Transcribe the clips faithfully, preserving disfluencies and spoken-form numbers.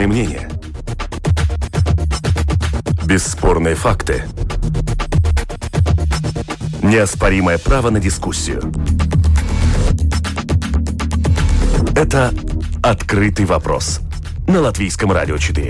Экспертные мнения. Бесспорные факты. Неоспоримое право на дискуссию. Это «Открытый вопрос» на Латвийском радио четыре.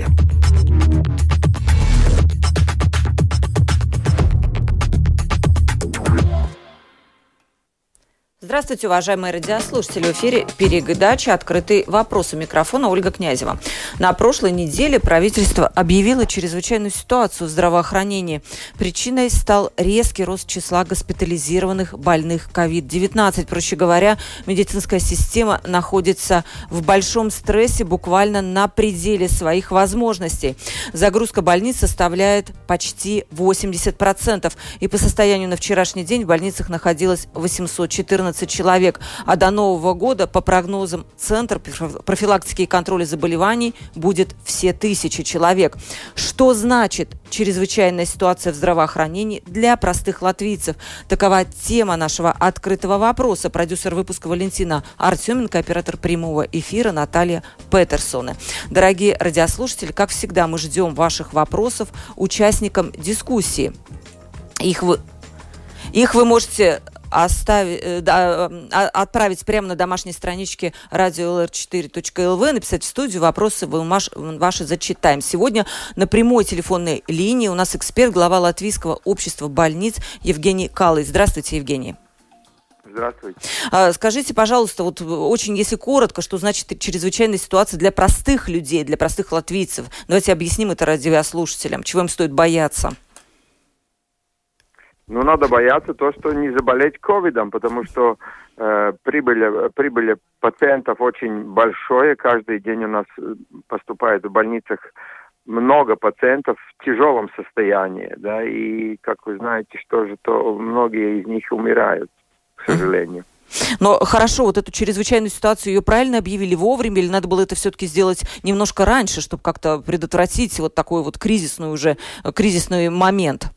Здравствуйте, уважаемые радиослушатели. В эфире передача «Открытый вопрос». У микрофона Ольга Князева. На прошлой неделе правительство объявило чрезвычайную ситуацию в здравоохранении. Причиной стал резкий рост числа госпитализированных больных ковид девятнадцать. Проще говоря, медицинская система находится в большом стрессе, буквально на пределе своих возможностей. Загрузка больниц составляет почти восемьдесят процентов. И по состоянию на вчерашний день в больницах находилось восемьсот четырнадцать человек. А до Нового года, по прогнозам Центра профилактики и контроля заболеваний, будет все тысячи человек. Что значит чрезвычайная ситуация в здравоохранении для простых латвийцев? Такова тема нашего открытого вопроса. Продюсер выпуска Валентина Артеменко, оператор прямого эфира Наталья Петерсоне. Дорогие радиослушатели, как всегда, мы ждем ваших вопросов участникам дискуссии. Их вы, их вы можете Оставить, да, отправить прямо на домашней страничке радио эл эр четыре точка эл ви, написать в студию, вопросы вы ваши зачитаем. Сегодня на прямой телефонной линии у нас эксперт, глава Латвийского общества больниц Евгений Каллис. Здравствуйте, Евгений. Здравствуйте. Скажите, пожалуйста, вот очень, если коротко, что значит чрезвычайная ситуация для простых людей, для простых латвийцев? Давайте объясним это радиослушателям. Чего им стоит бояться? Ну, надо бояться то, что не заболеть ковидом, потому что э, прибыль, прибыль пациентов очень большое. Каждый день у нас поступает в больницах много пациентов в тяжелом состоянии, да, и, как вы знаете, что же, то многие из них умирают, к сожалению. Но хорошо, вот эту чрезвычайную ситуацию, ее правильно объявили вовремя, или надо было это все-таки сделать немножко раньше, чтобы как-то предотвратить вот такой вот кризисный уже, кризисный момент?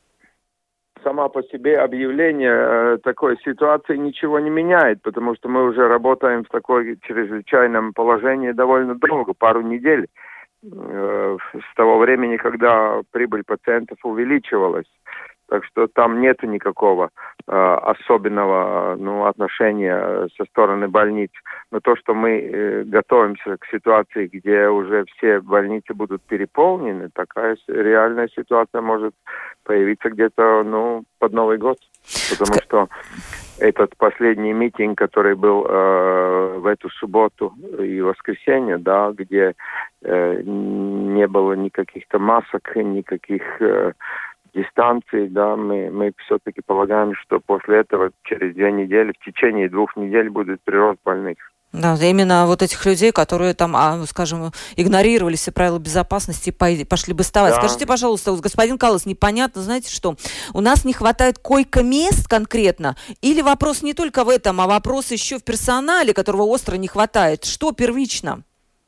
Сама по себе объявление э, такой ситуации ничего не меняет, потому что мы уже работаем в такой чрезвычайном положении довольно долго, пару недель, э, с того времени, когда прибыль пациентов увеличивалась. Так что там нет никакого э, особенного ну, отношения со стороны больниц. Но то, что мы э, готовимся к ситуации, где уже все больницы будут переполнены, такая реальная ситуация может появиться где-то ну, под Новый год. Потому что этот последний митинг, который был э, в эту субботу и воскресенье, да, где э, не было никаких-то масок, никаких... Э, дистанции, да, мы, мы все-таки полагаем, что после этого через две недели, в течение двух недель будет прирост больных. Да, именно вот этих людей, которые там, скажем, игнорировали все правила безопасности и пошли бастовать. Да. Скажите, пожалуйста, вот, господин Каллис, непонятно, знаете что, у нас не хватает койко-мест конкретно, или вопрос не только в этом, а вопрос еще в персонале, которого остро не хватает? Что первично?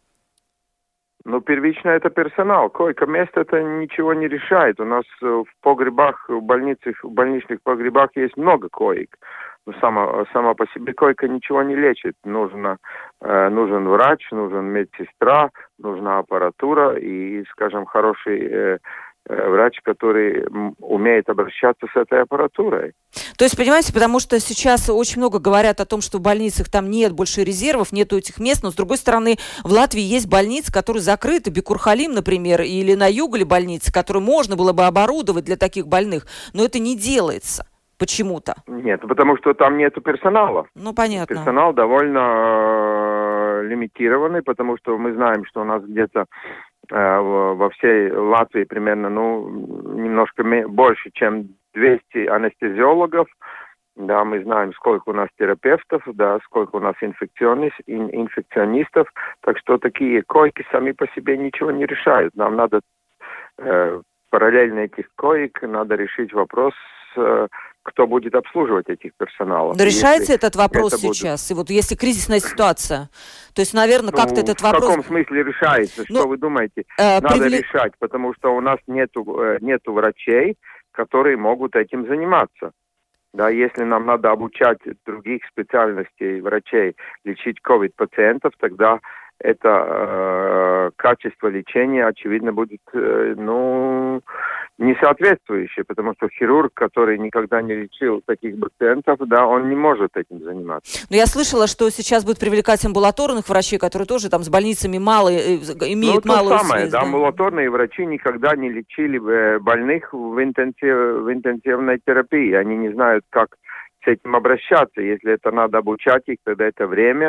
Ну, первично это персонал. Койко-место это ничего не решает. У нас в погребах, в больницах, в больничных погребах есть много коек. Но сама, сама по себе койка ничего не лечит. Нужно, э, нужен врач, нужен медсестра, нужна аппаратура и, скажем, хороший э, э, врач, который умеет обращаться с этой аппаратурой. То есть, понимаете, потому что сейчас очень много говорят о том, что в больницах там нет больше резервов, нету этих мест, но, с другой стороны, в Латвии есть больницы, которые закрыты, Бекур-Халим, например, или на Юголе больницы, которые можно было бы оборудовать для таких больных, но это не делается почему-то. Нет, потому что там нету персонала. Ну, понятно. Персонал довольно э, лимитированный, потому что мы знаем, что у нас где-то э, во всей Латвии примерно, ну, немножко больше, чем двести анестезиологов, да, мы знаем, сколько у нас терапевтов, да, сколько у нас инфекционист, ин, инфекционистов, так что такие койки сами по себе ничего не решают. Нам надо э, параллельно этих коек, надо решить вопрос, э, кто будет обслуживать этих персоналов. Но решается этот вопрос это сейчас? Будет... И вот если кризисная ситуация, то есть, наверное, ну, как-то этот вопрос... В каком смысле решается? Ну, что вы думаете? Э, надо привле... решать, потому что у нас нету, э, нету врачей, которые могут этим заниматься. Да, если нам надо обучать других специальностей врачей лечить ковид-пациентов, тогда это э, качество лечения, очевидно, будет э, ну, несоответствующее, потому что хирург, который никогда не лечил таких пациентов, да, он не может этим заниматься. Но я слышала, что сейчас будет привлекать амбулаторных врачей, которые тоже там с больницами мало, имеют ну, малую то самое, связь. Да, Да, амбулаторные врачи никогда не лечили больных в, интенсив, в интенсивной терапии. Они не знают, как с этим обращаться. Если это надо обучать их, тогда это время.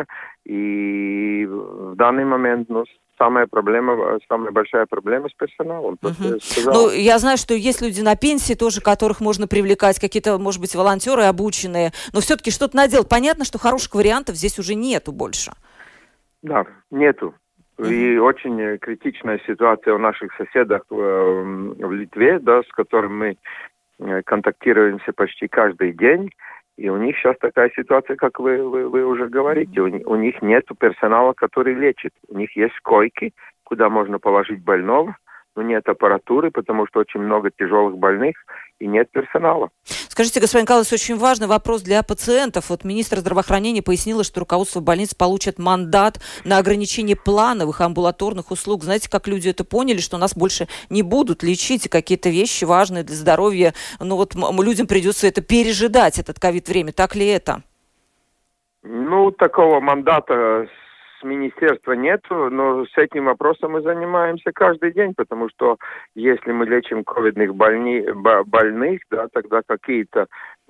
И в данный момент, ну, самая проблема, самая большая проблема с персоналом. Uh-huh. Ну, я знаю, что есть люди на пенсии тоже, которых можно привлекать, какие-то, может быть, волонтеры обученные, но все-таки что-то надо делать. Понятно, что хороших вариантов здесь уже нету больше. Да, нету. Uh-huh. И очень критичная ситуация у наших соседей в, в Литве, да, с которыми мы контактируемся почти каждый день. И у них сейчас такая ситуация, как вы, вы, вы уже говорите. У, у них нет персонала, который лечит. У них есть койки, куда можно положить больного, но нет аппаратуры, потому что очень много тяжелых больных и нет персонала. Скажите, господин Каллас, очень важный вопрос для пациентов. Вот министр здравоохранения пояснила, что руководство больниц получит мандат на ограничение плановых амбулаторных услуг. Знаете, как люди это поняли, что нас больше не будут лечить, и какие-то вещи важные для здоровья. Ну вот людям придется это пережидать, этот ковид-время. Так ли это? Ну, такого мандата с министерства нету, но с этим вопросом мы занимаемся каждый день, потому что если мы лечим ковидных больни, больных, да, тогда какие-то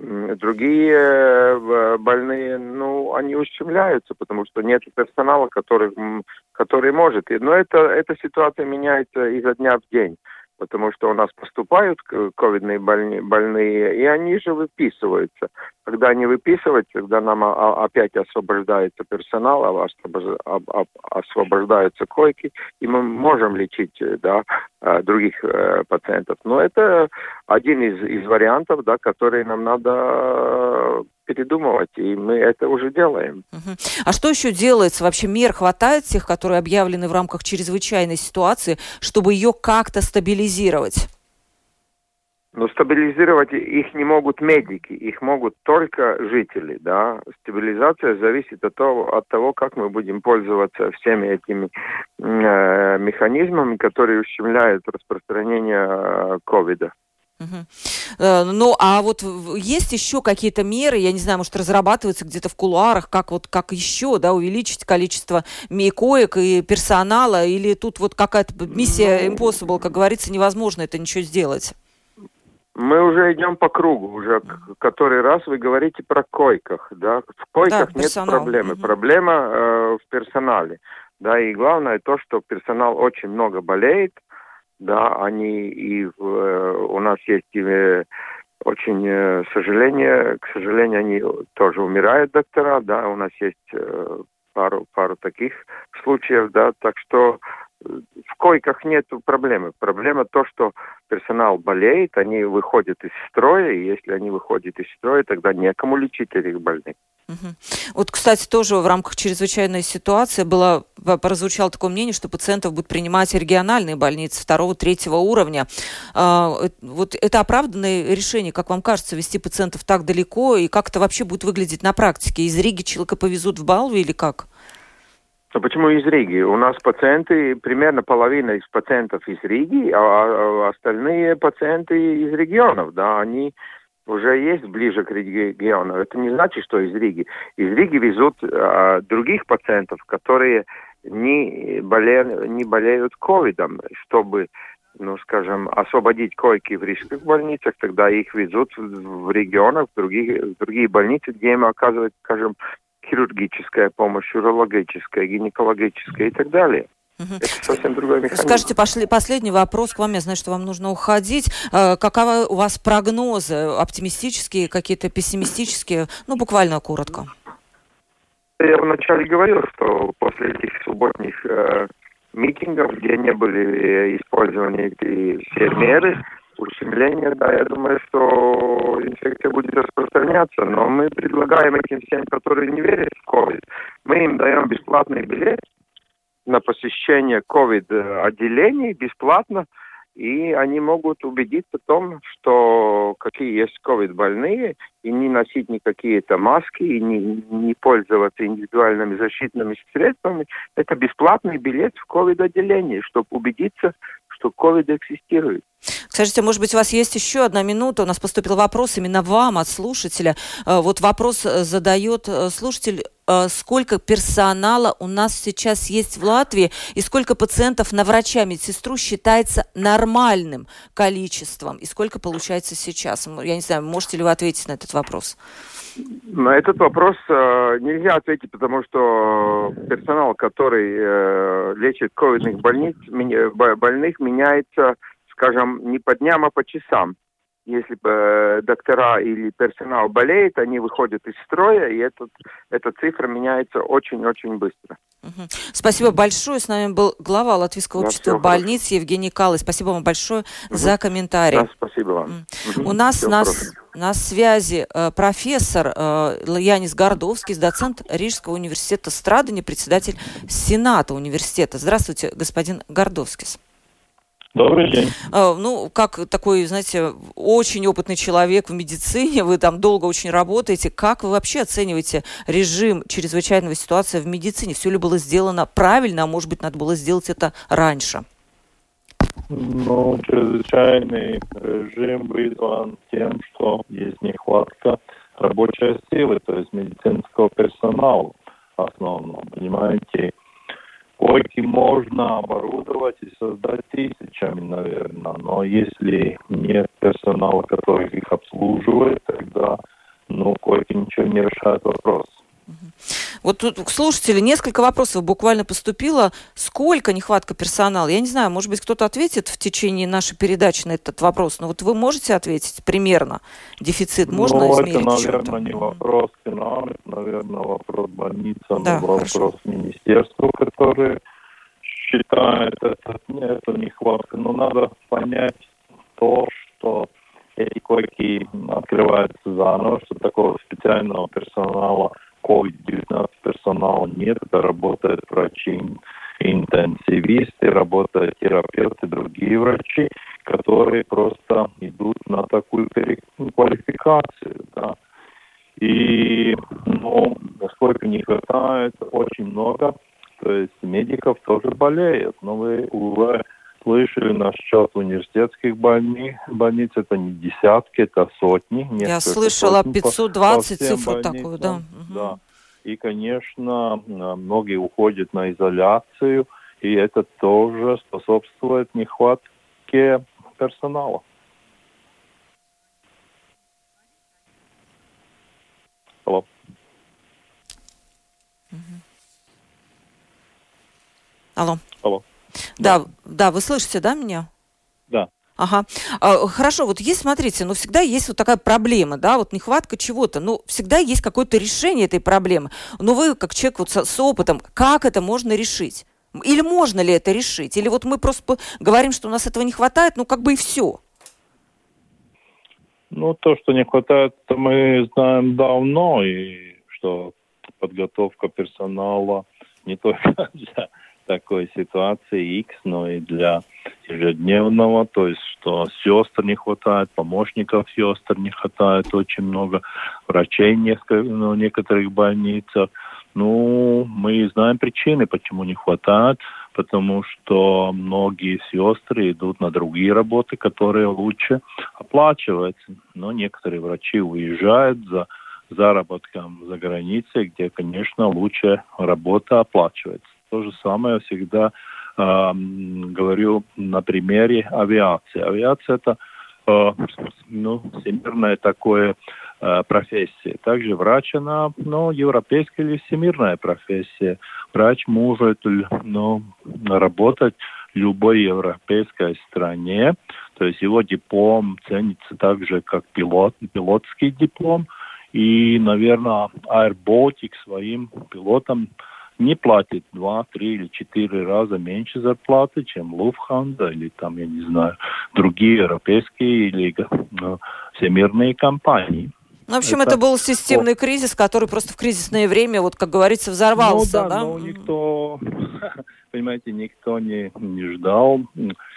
другие больные, ну, они ущемляются, потому что нет персонала, который, который может. Но это, эта ситуация меняется изо дня в день, потому что у нас поступают ковидные больни, больные, и они же выписываются. Когда они выписываются, когда нам опять освобождается персонал, освобождаются койки, и мы можем лечить, да, других пациентов. Но это один из, из вариантов, да, которые нам надо передумывать, и мы это уже делаем. Uh-huh. А что еще делается? Вообще мер хватает тех, которые объявлены в рамках чрезвычайной ситуации, чтобы ее как-то стабилизировать? Но стабилизировать их не могут медики, их могут только жители, да. Стабилизация зависит от того, от того, как мы будем пользоваться всеми этими э, механизмами, которые ущемляют распространение ковида. Угу. Uh-huh. Ну, а вот есть еще какие-то меры, я не знаю, может, разрабатываются где-то в кулуарах, как вот как еще, да, увеличить количество коек и персонала, или тут вот какая-то миссия impossible, как говорится, невозможно это ничего сделать? Мы уже идем по кругу, уже который раз вы говорите про койках, да, в койках да, нет проблемы, угу. Проблема э, в персонале, да, и главное то, что персонал очень много болеет, да, они и в, э, у нас есть и, очень э, сожаление, к сожалению, они тоже умирают, доктора, да, у нас есть э, пару, пару таких случаев, да, так что в койках нет проблемы. Проблема то, что персонал болеет, они выходят из строя, и если они выходят из строя, тогда некому лечить этих больных. Угу. Вот, кстати, тоже в рамках чрезвычайной ситуации было, прозвучало такое мнение, что пациентов будут принимать региональные больницы второго-третьего уровня. А, вот это оправданное решение, как вам кажется, вести пациентов так далеко, и как это вообще будет выглядеть на практике? Из Риги человека повезут в Балву или как? А почему из Риги? У нас пациенты, примерно половина из пациентов из Риги, а остальные пациенты из регионов, да, они уже есть ближе к региону. Это не значит, что из Риги. Из Риги везут а, других пациентов, которые не, боле, не болеют ковидом, чтобы, ну, скажем, освободить койки в рижских больницах, тогда их везут в, в регионах, в другие, в другие больницы, где им оказывают, скажем, хирургическая помощь, урологическая, гинекологическая и так далее. Угу. Это совсем другой механизм. Скажите, пошли, последний вопрос к вам. Я знаю, что вам нужно уходить. Э, каковы у вас прогнозы? Оптимистические, какие-то пессимистические? Ну, буквально коротко. Я вначале говорил, что после этих субботних э, митингов, где не были использованы эти все меры, ущемление, да, я думаю, что инфекция будет распространяться, но мы предлагаем этим всем, которые не верят в ковид, мы им даем бесплатный билет на посещение ковид-отделений бесплатно, и они могут убедиться в том, что какие есть ковид-больные, и не носить никакие-то маски, и не, не пользоваться индивидуальными защитными средствами. Это бесплатный билет в ковид-отделение, чтобы убедиться, что ковид экзистирует. Скажите, может быть, у вас есть еще одна минута? У нас поступил вопрос именно вам от слушателя. Вот вопрос задает слушатель. Сколько персонала у нас сейчас есть в Латвии и сколько пациентов на врача-медсестру считается нормальным количеством? И сколько получается сейчас? Я не знаю, можете ли вы ответить на этот вопрос? На этот вопрос э, нельзя ответить, потому что персонал, который э, лечит ковидных больниц, ми, больных, меняется, скажем, не по дням, а по часам. Если э, доктора или персонал болеет, они выходят из строя, и этот, эта цифра меняется очень-очень быстро. Угу. Спасибо большое. С нами был глава Латвийского да, общества больниц хорошо. Евгений Каллы. Спасибо вам большое угу. за комментарий. Да, спасибо вам. Угу. У нас на, на связи э, профессор э, Янис Гордовскис, доцент Рижского университета Страдани, председатель Сената университета. Здравствуйте, господин Гордовскис. Добрый день. Ну, как такой, знаете, очень опытный человек в медицине, вы там долго очень работаете. Как вы вообще оцениваете режим чрезвычайной ситуации в медицине? Все ли было сделано правильно, а может быть, надо было сделать это раньше? Ну, чрезвычайный режим вызван тем, что есть нехватка рабочей силы, то есть медицинского персонала в основном, понимаете. Койки можно оборудовать и создать тысячами, наверное, но если нет персонала, который их обслуживает, тогда, ну, койки ничего не решают вопрос. Вот тут к слушателю несколько вопросов буквально поступило. Сколько нехватка персонала? Я не знаю, может быть, кто-то ответит в течение нашей передачи на этот вопрос, но вот вы можете ответить примерно? Дефицит можно ну, измерить? Ну, это, наверное, не вопрос финансов, наверное, вопрос больницам, да, вопрос хорошо. министерству, которое считает это, эту нехватку. Но надо понять то, что эти койки открываются заново, что такого специального персонала ковид девятнадцать персонала нет, это работают врачи, интенсивисты, работают терапевты, другие врачи, которые просто идут на такую квалификацию, да. И, ну, сколько не хватает, очень много, то есть медиков тоже болеют, но вы уже слышали насчет университетских больниц, больниц, это не десятки, это сотни. Я слышала пятьсот двадцать цифру такую, да. Да. Угу. И, конечно, многие уходят на изоляцию, и это тоже способствует нехватке персонала. Алло. Угу. Алло. Алло. Да, да, да, вы слышите, да, меня? Да. Ага. А, хорошо, вот есть, смотрите, ну всегда есть вот такая проблема, да, вот нехватка чего-то, ну всегда есть какое-то решение этой проблемы. Но вы, как человек вот с, с опытом, как это можно решить? Или можно ли это решить? Или вот мы просто говорим, что у нас этого не хватает, ну как бы и все? Ну, то, что не хватает, то мы знаем давно, и что подготовка персонала не только для такой ситуации X, но и для ежедневного, то есть что сестр не хватает, помощников сестр не хватает, очень много врачей в ну, некоторых больницах. Ну, мы знаем причины, почему не хватает, потому что многие сестры идут на другие работы, которые лучше оплачиваются. Но некоторые врачи уезжают за заработком за границей, где, конечно, лучше работа оплачивается. То же самое всегда э, говорю на примере авиации. Авиация – это э, ну, всемирная такое э, профессия. Также врач, она ну, европейская или всемирная профессия. Врач может ну, работать в любой европейской стране. То есть его диплом ценится так же, как пилот, пилотский диплом. И, наверное, Air Baltic своим пилотам не платит два, три или четыре раза меньше зарплаты, чем Lufthansa или там, я не знаю, другие европейские или ну, всемирные компании. Ну, в общем, это, это был системный О. кризис, который просто в кризисное время, вот как говорится, взорвался, ну, да? да? Ну, никто, понимаете, никто не, не ждал.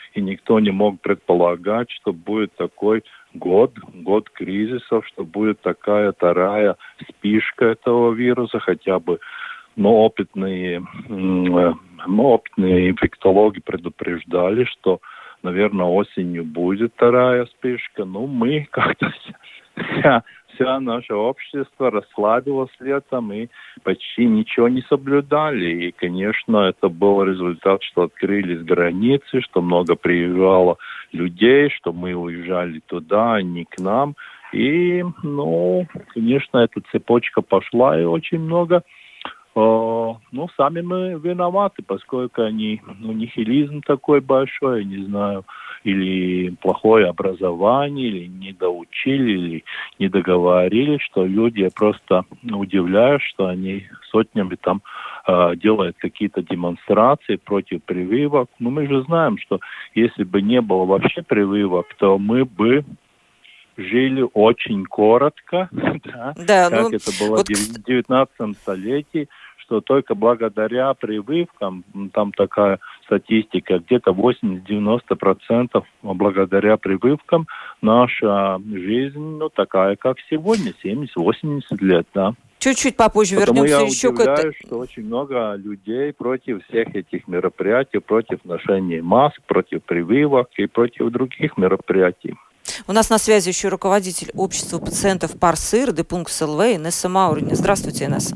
и никто не мог предполагать, что будет такой год, год кризисов, что будет такая вторая вспышка этого вируса, хотя бы, но опытные, но опытные инфектологи предупреждали, что, наверное, осенью будет вторая вспышка. Ну, мы как-то вся, вся наше общество расслабилось летом и почти ничего не соблюдали. И, конечно, это был результат, что открылись границы, что много приезжало людей, что мы уезжали туда, а не к нам. И, ну, конечно, эта цепочка пошла, и очень много... Ну, сами мы виноваты, поскольку они, ну, нихилизм такой большой, не знаю, или плохое образование, или не доучили, или не договорились, что люди просто удивляют, что они сотнями там э, делают какие-то демонстрации против прививок. Но мы же знаем, что если бы не было вообще прививок, то мы бы жили очень коротко, да, да, как ну, это было вот... в девятнадцатом столетии, что только благодаря прививкам, там такая статистика, где-то восемьдесят-девяносто процентов благодаря прививкам наша жизнь, ну, такая, как сегодня, семьдесят-восемьдесят лет, да. Чуть-чуть попозже Потому вернемся я еще к этому. что очень много людей против всех этих мероприятий, против ношения масок, против прививок и против других мероприятий. У нас на связи еще руководитель общества пациентов Парсыр, Депункт СЛВ, Инесса Маурини. Здравствуйте, Инесса.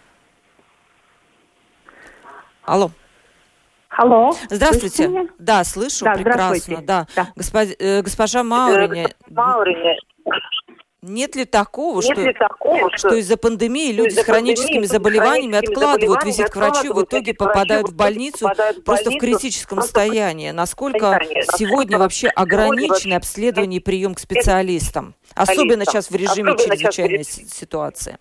Алло. Алло. Здравствуйте. Слышите? Да, слышу, да, прекрасно. Да. Да. Господ... э, госпожа Маурини, Маурини. нет ли такого, Нет что, ли такого, что, что из-за пандемии люди из-за с хроническими пандемии, заболеваниями хроническими откладывают заболеваниями визит к врачу, в итоге попадают в больницу попадают в просто в больницу, критическом просто состоянии? Насколько состоянии. сегодня вообще ограничены вообще обследование и прием к специалистам? Особенно сейчас в режиме Особенно чрезвычайной сейчас в режиме... ситуации.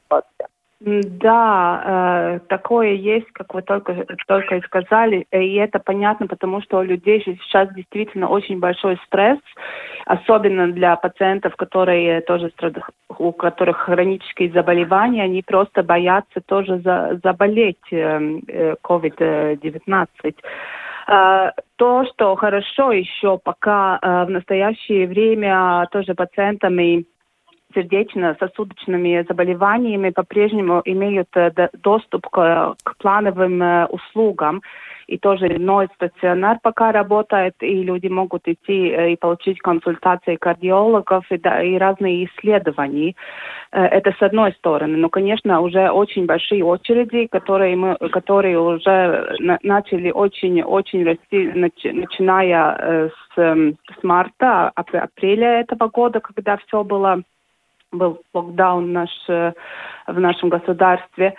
Да, э, такое есть, как вы только, только и сказали, и это понятно, потому что у людей сейчас действительно очень большой стресс, особенно для пациентов, которые тоже страдают, у которых хронические заболевания, они просто боятся тоже за, заболеть э, ковид девятнадцать. Uh, то, что хорошо еще пока uh, в настоящее время тоже пациентами сердечно-сосудочными заболеваниями по-прежнему имеют uh, доступ к, к плановым uh, услугам. И тоже иной стационар пока работает, и люди могут идти uh, и получить консультации кардиологов и, да, и разные исследования. Uh, это с одной стороны. Но, конечно, уже очень большие очереди, которые, мы, которые уже на, начали очень-очень расти, нач, начиная uh, с, с марта, ап, апреля этого года, когда все было... был локдаун наш, в нашем государстве.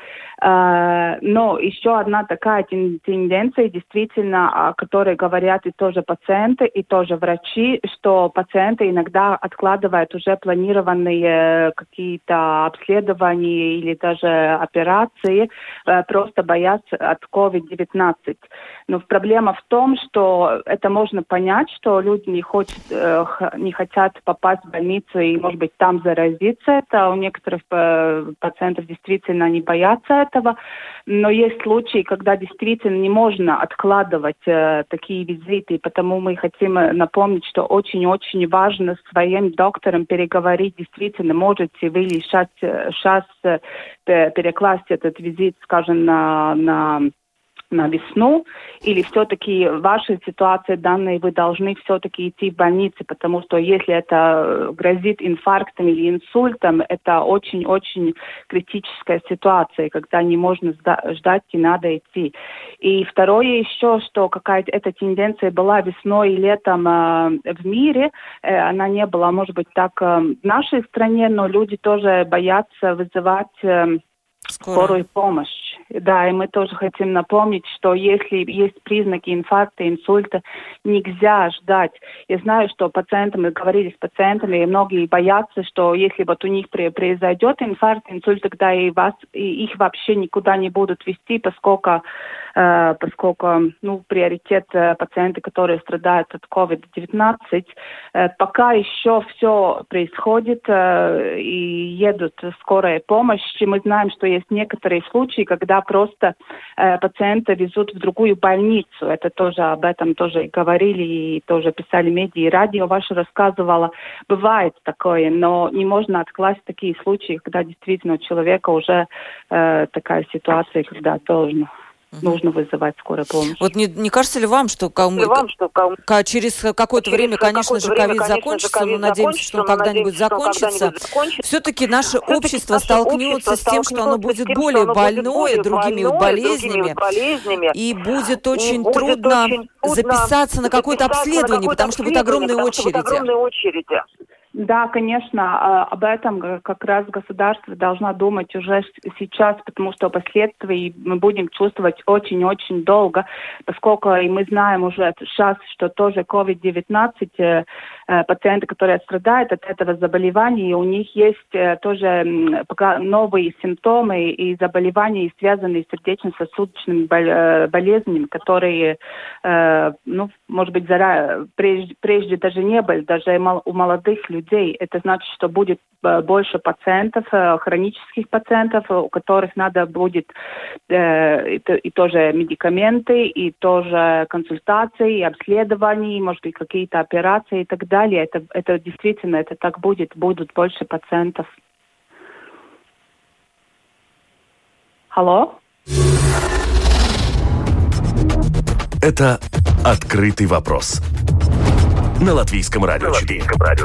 Но еще одна такая тенденция, действительно, о которой говорят и тоже пациенты, и тоже врачи, что пациенты иногда откладывают уже планированные какие-то обследования или даже операции, просто боятся от ковид девятнадцать. Но проблема в том, что это можно понять, что люди не, хочет, не хотят попасть в больницу и, может быть, там заразиться. Это у некоторых пациентов действительно не боятся этого, но есть случаи, когда действительно не можно откладывать э, такие визиты, потому мы хотим напомнить, что очень-очень важно с своим доктором переговорить, действительно, можете вы ли сейчас, сейчас э, перекласть этот визит, скажем, на... на на весну, или все-таки в вашей ситуации данной вы должны все-таки идти в больницу, потому что если это грозит инфарктом или инсультом, это очень-очень критическая ситуация, когда не можно ждать и надо идти. И второе еще, что какая-то эта тенденция была весной и летом э, в мире, э, она не была, может быть, так э, в нашей стране, но люди тоже боятся вызывать э, скорую помощь. Да, и мы тоже хотим напомнить, что если есть признаки инфаркта, инсульта, нельзя ждать. Я знаю, что пациенты, мы говорили с пациентами, и многие боятся, что если вот у них произойдет инфаркт, инсульт, тогда и, вас, и их вообще никуда не будут вести, поскольку, э, поскольку ну, приоритет э, пациенты, которые страдают от ковид девятнадцать. Э, пока еще все происходит э, и едут скорая помощь. И мы знаем, что есть некоторые случаи, когда когда просто э, пациента везут в другую больницу. Это тоже об этом тоже и говорили, и тоже писали медиа, и радио ваше рассказывало. Бывает такое, но не можно откласть такие случаи, когда действительно у человека уже э, такая ситуация, когда должно. Нужно вызывать скорую помощь. Вот не, не кажется ли вам, что, кому, вам, что кому, через какое-то через время, конечно же, ковид закончится, мы надеемся, что он когда-нибудь закончится, все-таки наше общество столкнется с тем, что оно будет более больное другими болезнями, и будет очень трудно записаться на какое-то обследование, потому что будут огромные очереди. Да, конечно, об этом как раз государство должно думать уже сейчас, потому что последствия мы будем чувствовать очень-очень долго, поскольку и мы знаем уже сейчас, что тоже ковид девятнадцать, пациенты, которые страдают от этого заболевания, у них есть тоже новые симптомы и заболевания, связанные с сердечно-сосудистыми болезнями, которые, ну, может быть, прежде, прежде даже не были, даже у молодых людей. Это значит, что будет больше пациентов, хронических пациентов, у которых надо будет э, и, и тоже медикаменты, и тоже консультации, и обследования, может быть, какие-то операции и так далее. Это, это действительно, это так будет, будут больше пациентов. Алло? Это «Открытый вопрос» на Латвийском радио четыре.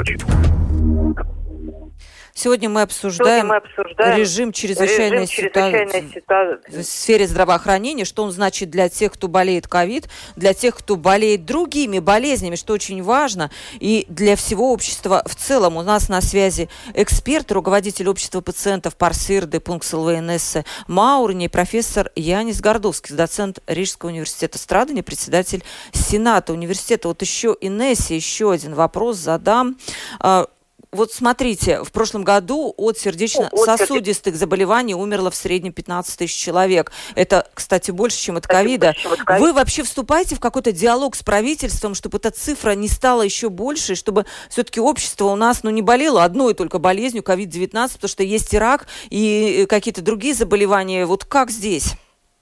Сегодня мы обсуждаем, Сегодня мы обсуждаем режим чрезвычайной, режим чрезвычайной ситуации в сфере здравоохранения, что он значит для тех, кто болеет ковид, для тех, кто болеет другими болезнями, что очень важно, и для всего общества в целом. У нас на связи эксперт, руководитель общества пациентов Парсирды, пункт ЛВНС Маурни, профессор Янис Гордовский, доцент Рижского университета Страдания, председатель Сената университета. Вот еще Инессе еще один вопрос задам. Вот смотрите, в прошлом году от сердечно-сосудистых заболеваний умерло в среднем пятнадцать тысяч человек. Это, кстати, больше, чем от ковида. Вы вообще вступаете в какой-то диалог с правительством, чтобы эта цифра не стала еще больше, чтобы все-таки общество у нас, ну, не болело одной только болезнью ковид девятнадцать, потому что есть и рак, и какие-то другие заболевания. Вот как здесь?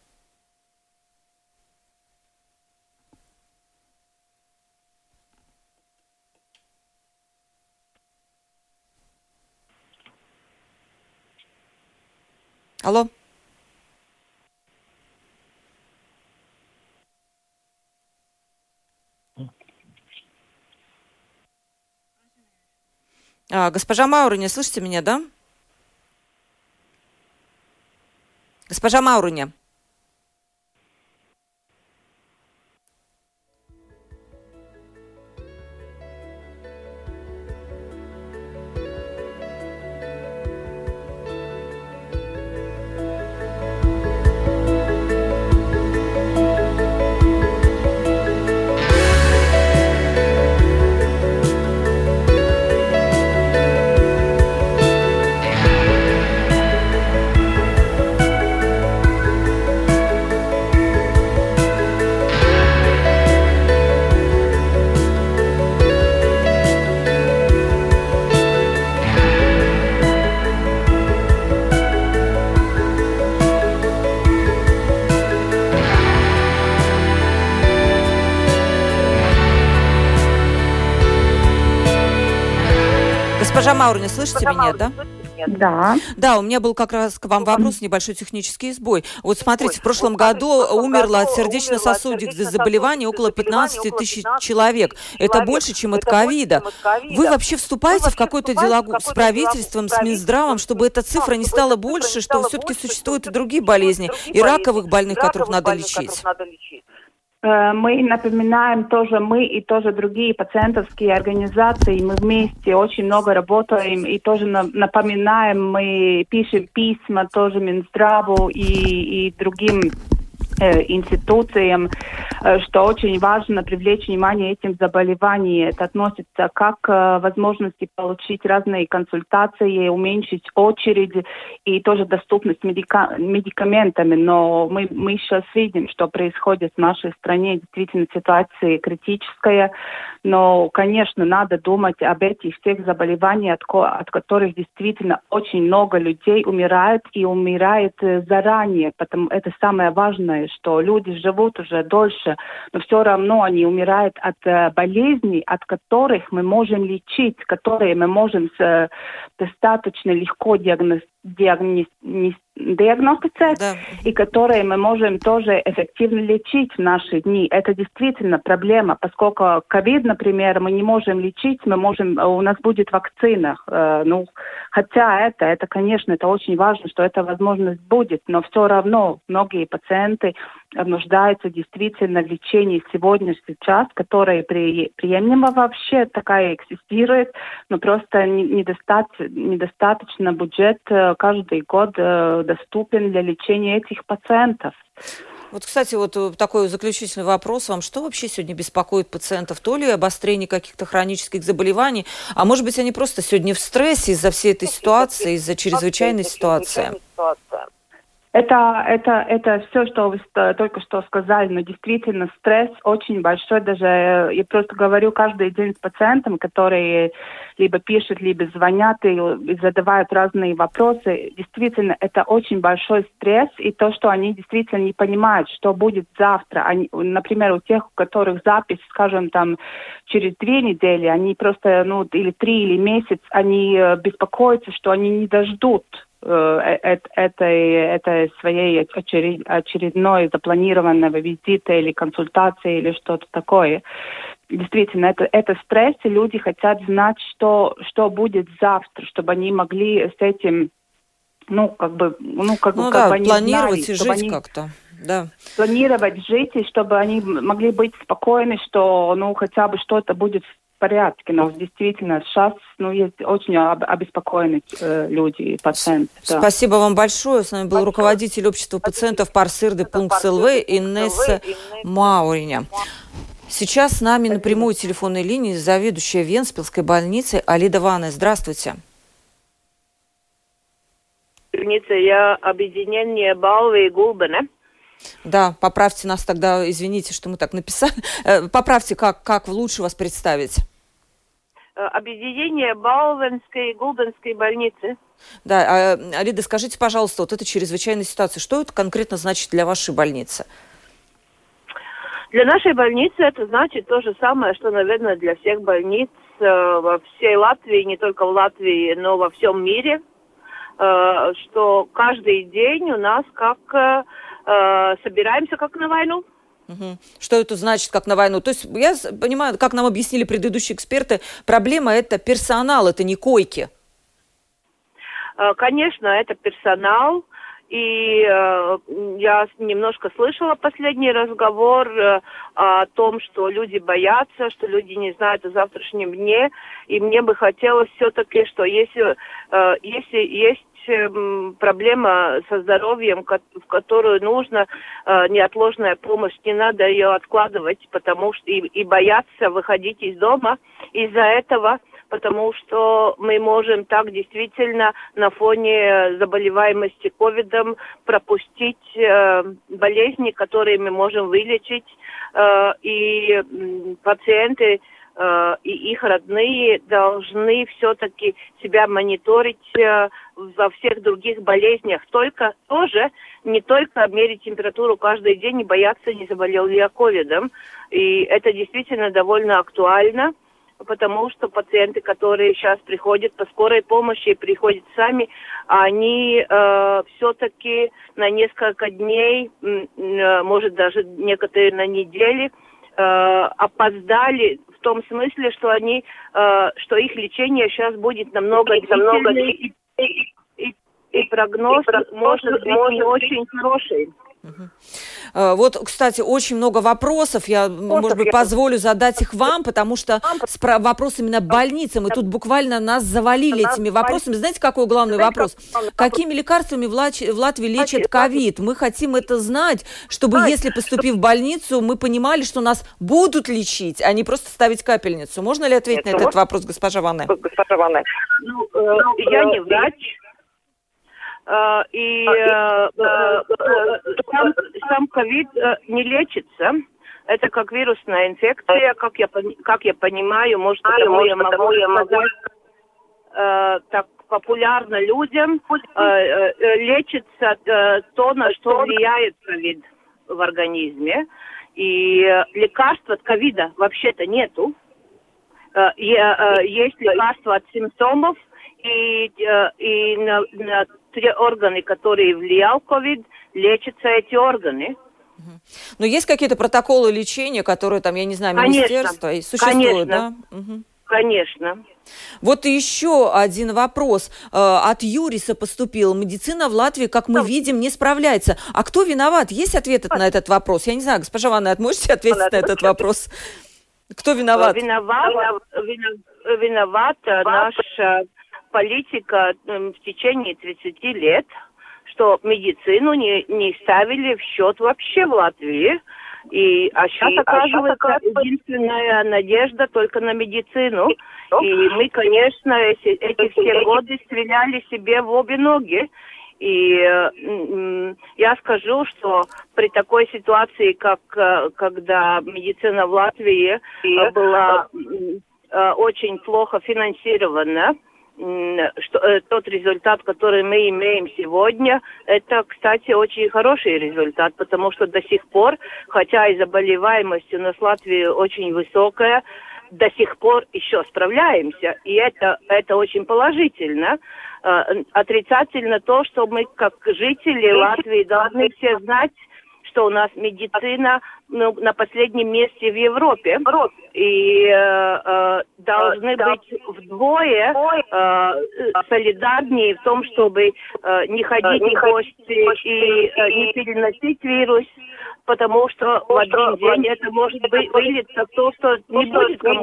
Алло. А, госпожа Маурини, слышите меня, да? Госпожа Маурини. Госпожа Маурини, слышите меня, да? Да. Да, у меня был как раз к вам вопрос, небольшой технический сбой. Вот смотрите, в прошлом году умерло от сердечно-сосудистых заболеваний около пятнадцать тысяч человек. Это больше, чем от ковида. Вы вообще вступаете в какой-то диалог с правительством, с Минздравом, чтобы эта цифра не стала больше, что все-таки существуют и другие болезни, и раковых больных, которых надо лечить? Мы напоминаем тоже, мы и тоже другие пациентские организации, мы вместе очень много работаем и тоже напоминаем, мы пишем письма тоже Минздраву и, и другим институциям, что очень важно привлечь внимание этим заболеваниям. Это относится как к возможности получить разные консультации, уменьшить очередь и тоже доступность медика- медикаментами. Но мы, мы сейчас видим, что происходит в нашей стране. Действительно, ситуация критическая. Но, конечно, надо думать об этих всех заболеваниях, от, ко- от которых действительно очень много людей умирает и умирает заранее. Потому это самое важное, что люди живут уже дольше, но все равно они умирают от э, болезней, от которых мы можем лечить, которые мы можем э, достаточно легко диагноз, диагноз, диагностицировать, Да. и которые мы можем тоже эффективно лечить в наши дни. Это действительно проблема, поскольку ковид, например, мы не можем лечить, мы можем, у нас будет вакцина. Э, ну, хотя это, это, конечно, это очень важно, что эта возможность будет, но все равно многие пациенты нуждаются действительно в лечении сегодня, сейчас, которое при, приемлемо вообще, такая экзистирует, но просто недостаточно, недостаточно бюджет каждый год э, доступен для лечения этих пациентов. Вот, кстати, вот такой заключительный вопрос вам. Что вообще сегодня беспокоит пациентов? То ли обострение каких-то хронических заболеваний, а может быть, они просто сегодня в стрессе из-за всей этой ситуации, из-за чрезвычайной ситуации? Это, это, это все, что вы только что сказали, но действительно стресс очень большой. Даже я просто говорю каждый день с пациентами, которые либо пишут, либо звонят и, и задавают разные вопросы. Действительно, это очень большой стресс, и то, что они действительно не понимают, что будет завтра. Они, например, у тех, у которых запись, скажем, там через две недели, они просто, ну, или три, или месяц, они беспокоятся, что они не дождут этой, этой своей очеред, очередной запланированного визита или консультации или что-то такое. Действительно, это, это стресс, и люди хотят знать, что, что будет завтра, чтобы они могли с этим, ну, как бы, ну, как, ну, как да, бы они планировать знали, и жить они... как-то. Да. Планировать жить, и чтобы они могли быть спокойны, что, ну, хотя бы что-то будет в порядке. Но действительно, сейчас, ну, есть очень обеспокоенные э, люди, пациенты. Да. Спасибо вам большое. С нами был руководитель общества пациентов Парсырды пункт эл вэ Инесса Мауриня. Сейчас с нами на прямой телефонной линии заведующая Венспилской больницы Алида Ване. Здравствуйте. Я объединение Балвы и Гулбена. Да, поправьте нас тогда, извините, что мы так написали. Поправьте, как, как лучше вас представить. Объединение Балвенской и Гулбенской больницы. Да, Алида, скажите, пожалуйста, вот эта чрезвычайная ситуация, что это конкретно значит для вашей больницы? Для нашей больницы это значит то же самое, что, наверное, для всех больниц во всей Латвии, не только в Латвии, но во всем мире, что каждый день у нас как собираемся как на войну. Угу. Что это значит, как на войну? То есть, я понимаю, как нам объяснили предыдущие эксперты, проблема это персонал, это не койки. Конечно, это персонал. И э, я немножко слышала последний разговор э, о том, что люди боятся, что люди не знают о завтрашнем дне. И мне бы хотелось все-таки, что если, э, если есть проблема со здоровьем, в которую нужна э, неотложная помощь, не надо ее откладывать, потому что и, и бояться выходить из дома из-за этого, потому что мы можем так действительно на фоне заболеваемости ковидом пропустить э, болезни, которые мы можем вылечить, э, и э, пациенты и их родные должны все-таки себя мониторить э, во всех других болезнях. Только тоже, не только мерить температуру каждый день и бояться, не заболел ли я ковидом. И это действительно довольно актуально, потому что пациенты, которые сейчас приходят по скорой помощи и приходят сами, они э, все-таки на несколько дней, э, может даже некоторые на недели, э, опоздали в том смысле, что они, э, что их лечение сейчас будет намного длительнее, и, и, и, и прогноз и может быть не очень хороший. Угу. Вот, кстати, очень много вопросов. Я, Вопросов, может быть, я... позволю задать их вам, потому что с вопросами именно больницы. Мы тут буквально нас завалили нас этими вопросами. Знаете, какой главный Знаете, вопрос? Какой Какими лекарствами в Латвии лечат ковид? Мы хотим это знать, чтобы, Знать. если поступив в больницу, мы понимали, что нас будут лечить, а не просто ставить капельницу. Можно ли ответить Нет, на этот вопрос, госпожа Ванне? Госпожа Ванне. Ну, э, я не врач. Uh, и uh, uh, uh, сам ковид uh, не лечится. Это как вирусная инфекция, как я, как я понимаю, может, потому я могу сказать, uh, так популярно людям uh, uh, лечится uh, то, на что влияет ковид в организме. И uh, лекарств от ковида вообще-то нету. Uh, uh, есть лекарства от симптомов, и, uh, и на, на те органы, которые влиял ковид, лечатся эти органы. Но есть какие-то протоколы лечения, которые там, я не знаю, министерство и существуют, конечно, да? Угу. Конечно. Вот еще один вопрос. От Юриса поступил. Медицина в Латвии, как мы видим, не справляется. А кто виноват? Есть ответ на этот вопрос? Я не знаю, госпожа Ванне, можете ответить на этот вопрос? Кто виноват? Виноват, виноват наш... политика в течение тридцати лет, что медицину не, не ставили в счет вообще в Латвии. И, а сейчас, и, оказывается, а сейчас, единственная надежда только на медицину. И мы, конечно, эти, эти все годы стреляли себе в обе ноги. И э, я скажу, что при такой ситуации, как когда медицина в Латвии была э, очень плохо финансирована, что э, тот результат, который мы имеем сегодня, это, кстати, очень хороший результат, потому что до сих пор, хотя и заболеваемость у нас в Латвии очень высокая, до сих пор еще справляемся, и это, это очень положительно. Э, отрицательно то, что мы, как жители Латвии, должны все знать, что у нас медицина ну, на последнем месте в Европе. И э, э, должны быть вдвое э, солидарнее в том, чтобы э, не ходить в гости и э, не переносить вирус, потому что в один день это может быть выльется в то, что не будет кому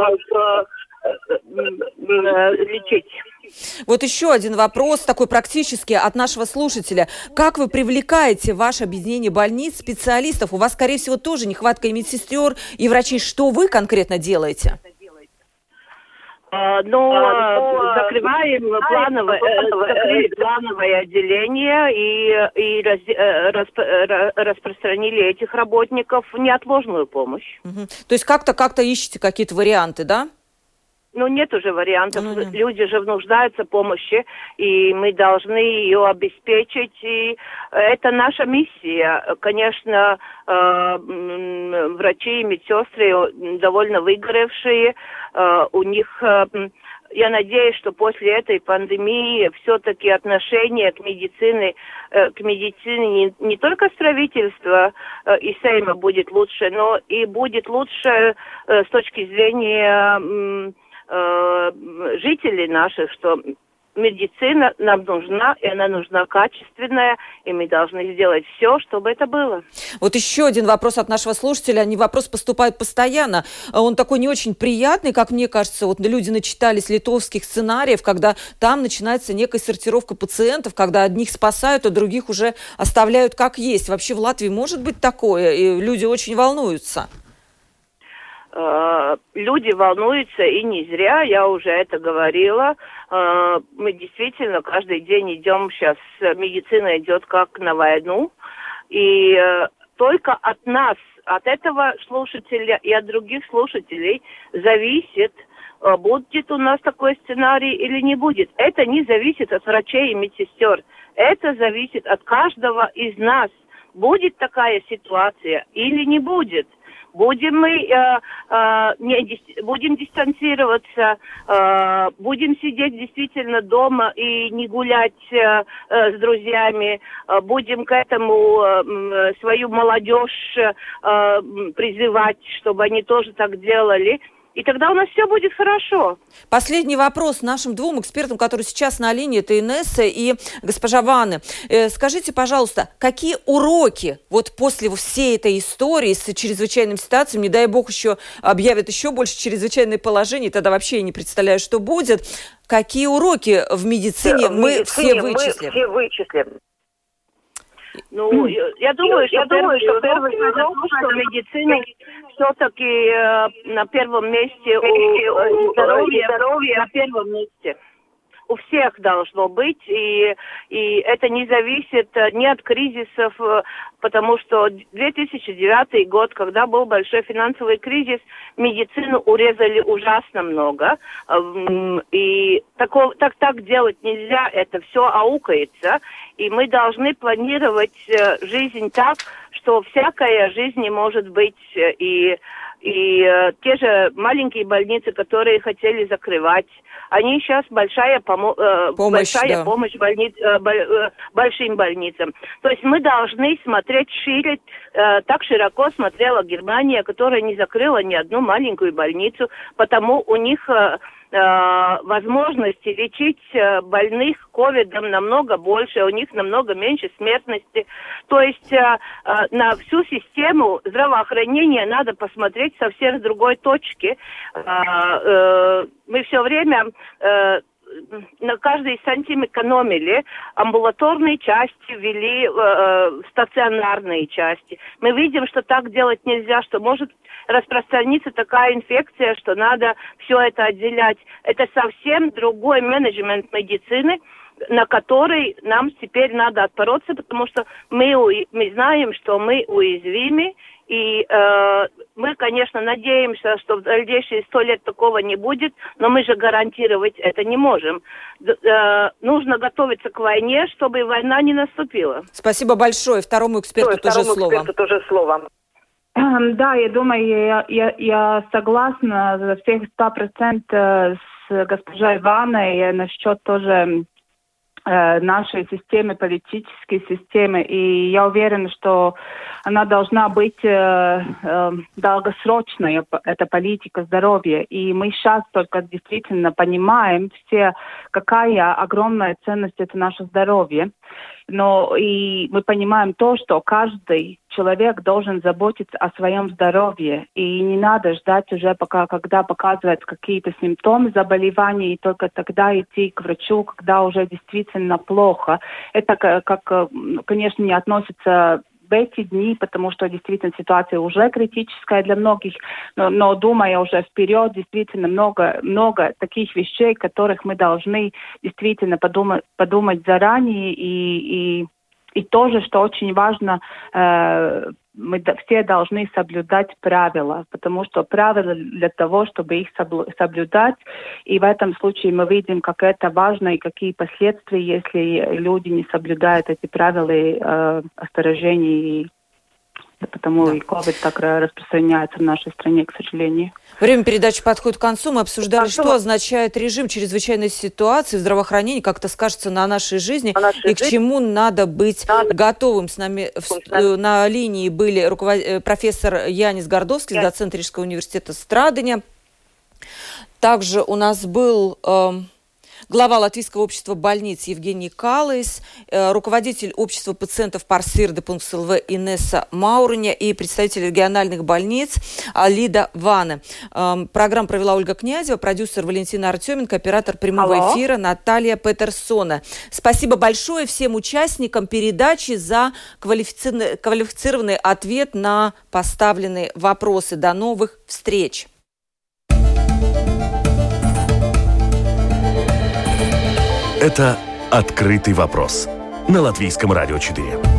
лечить. Вот еще один вопрос, такой практически от нашего слушателя. Как вы привлекаете в ваше объединение больниц специалистов? У вас, скорее всего, тоже нехватка и медсестер, и врачей. Что вы конкретно делаете? Uh, ну, uh, закрываем плановое, закрыли плановое отделение и, и раз, расп, распространили этих работников в неотложную помощь. Uh-huh. То есть как-то как-то ищете какие-то варианты, да? Ну, нет уже вариантов. Mm-hmm. Люди же нуждаются в помощи, и мы должны ее обеспечить. И это наша миссия. Конечно, э, врачи и медсестры довольно выгоревшие. Э, у них... Э, я надеюсь, что после этой пандемии все-таки отношение к медицине, э, к медицине не, не только с правительства э, и Сейма будет лучше, но и будет лучше э, с точки зрения... Э, жителей наших, что медицина нам нужна, и она нужна качественная, и мы должны сделать все, чтобы это было. Вот еще один вопрос от нашего слушателя. Они вопрос поступают постоянно. Он такой не очень приятный, как мне кажется. Вот люди начитались литовских сценариев, когда там начинается некая сортировка пациентов, когда одних спасают, а других уже оставляют как есть. Вообще в Латвии может быть такое? И люди очень волнуются. Люди волнуются, и не зря, я уже это говорила. Мы действительно каждый день идем сейчас, медицина идет как на войну, и только от нас, от этого слушателя и от других слушателей зависит, будет у нас такой сценарий или не будет. Это не зависит от врачей и медсестер, это зависит от каждого из нас. Будет такая ситуация или не будет. Будем мы э, э, не, будем дистанцироваться, э, будем сидеть действительно дома и не гулять э, э, с друзьями, э, будем к этому э, свою молодежь э, призывать, чтобы они тоже так делали. И тогда у нас все будет хорошо. Последний вопрос нашим двум экспертам, которые сейчас на линии, это Инесса и госпожа Ване. Э, скажите, пожалуйста, какие уроки вот после всей этой истории с чрезвычайными ситуациями, не дай бог еще объявят еще больше чрезвычайное положение, тогда вообще я не представляю, что будет. Какие уроки в медицине, в мы, медицине все вычислим? мы все вычислим? Ну, я, я думаю, что, я думаю, что первый урок, что медицина все-таки э, на первом месте, у, здоровье, здоровье на первом месте. У всех должно быть, и, и это не зависит ни от кризисов, потому что две тысячи девятый год, когда был большой финансовый кризис, медицину урезали ужасно много, и такого, так, так делать нельзя, это все аукается, и мы должны планировать жизнь так, что всякая жизнь не может быть, и, и те же маленькие больницы, которые хотели закрывать, они сейчас большая помо- э, помощь, большая да. помощь больниц, э, э, большим больницам. То есть мы должны смотреть шире, э, так широко смотрела Германия, которая не закрыла ни одну маленькую больницу, потому у них э, э, возможности лечить э, больных ковидом намного больше, у них намного меньше смертности. То есть э, э, на всю систему здравоохранения надо посмотреть совсем с другой точки. Э, э, мы все время э, на каждый сантим экономили, амбулаторные части ввели э, стационарные части. Мы видим, что так делать нельзя, что может распространиться такая инфекция, что надо все это отделять. Это совсем другой менеджмент медицины, на который нам теперь надо отбороться, потому что мы, мы знаем, что мы уязвимы, и э, мы, конечно, надеемся, что в дальнейшие сто лет такого не будет, но мы же гарантировать это не можем. Э, нужно готовиться к войне, чтобы война не наступила. Спасибо большое. Второму эксперту Ой, тоже второму слово. Эксперту тоже слово. Да, я думаю, я, я, я согласна за всех сто процентов с госпожой Ваной насчет тоже нашей системы, политической системы, и я уверена, что она должна быть э, э, долгосрочной, эта политика здоровья. И мы сейчас только действительно понимаем все, какая огромная ценность это наше здоровье. Но и мы понимаем то, что каждый человек должен заботиться о своем здоровье. И не надо ждать уже, пока, когда показывают какие-то симптомы заболевания, и только тогда идти к врачу, когда уже действительно плохо. Это, как, конечно, не относится в эти дни, потому что действительно ситуация уже критическая для многих, но, но думая уже вперед, действительно много, много таких вещей, которых мы должны действительно подумать, подумать заранее, и, и, и тоже, что очень важно, э, мы все должны соблюдать правила, потому что правила для того, чтобы их соблюдать, и в этом случае мы видим, как это важно и какие последствия, если люди не соблюдают эти правила э, осторожнений, и потому да. и ковид так распространяется в нашей стране, к сожалению. Время передачи подходит к концу. Мы обсуждали, что означает режим чрезвычайной ситуации в здравоохранении, как это скажется на нашей жизни, на нашей и жизни. К чему надо быть надо. готовым. С нами в, на линии были руковод... профессор Янис Гордовский, Я. доцент Рижского университета Страдания. Также у нас был... Э... глава Латвийского общества больниц Евгений Калайс, э, руководитель общества пациентов Парсирде ЛВ Инесса Мауриня и представитель региональных больниц Лида Ване. Э, программу провела Ольга Князева, продюсер Валентина Артеменко, оператор прямого Алло. эфира Наталья Петерсона. Спасибо большое всем участникам передачи за квалифицированный, квалифицированный ответ на поставленные вопросы. До новых встреч! Это «Открытый вопрос» на Латвийском радио четыре.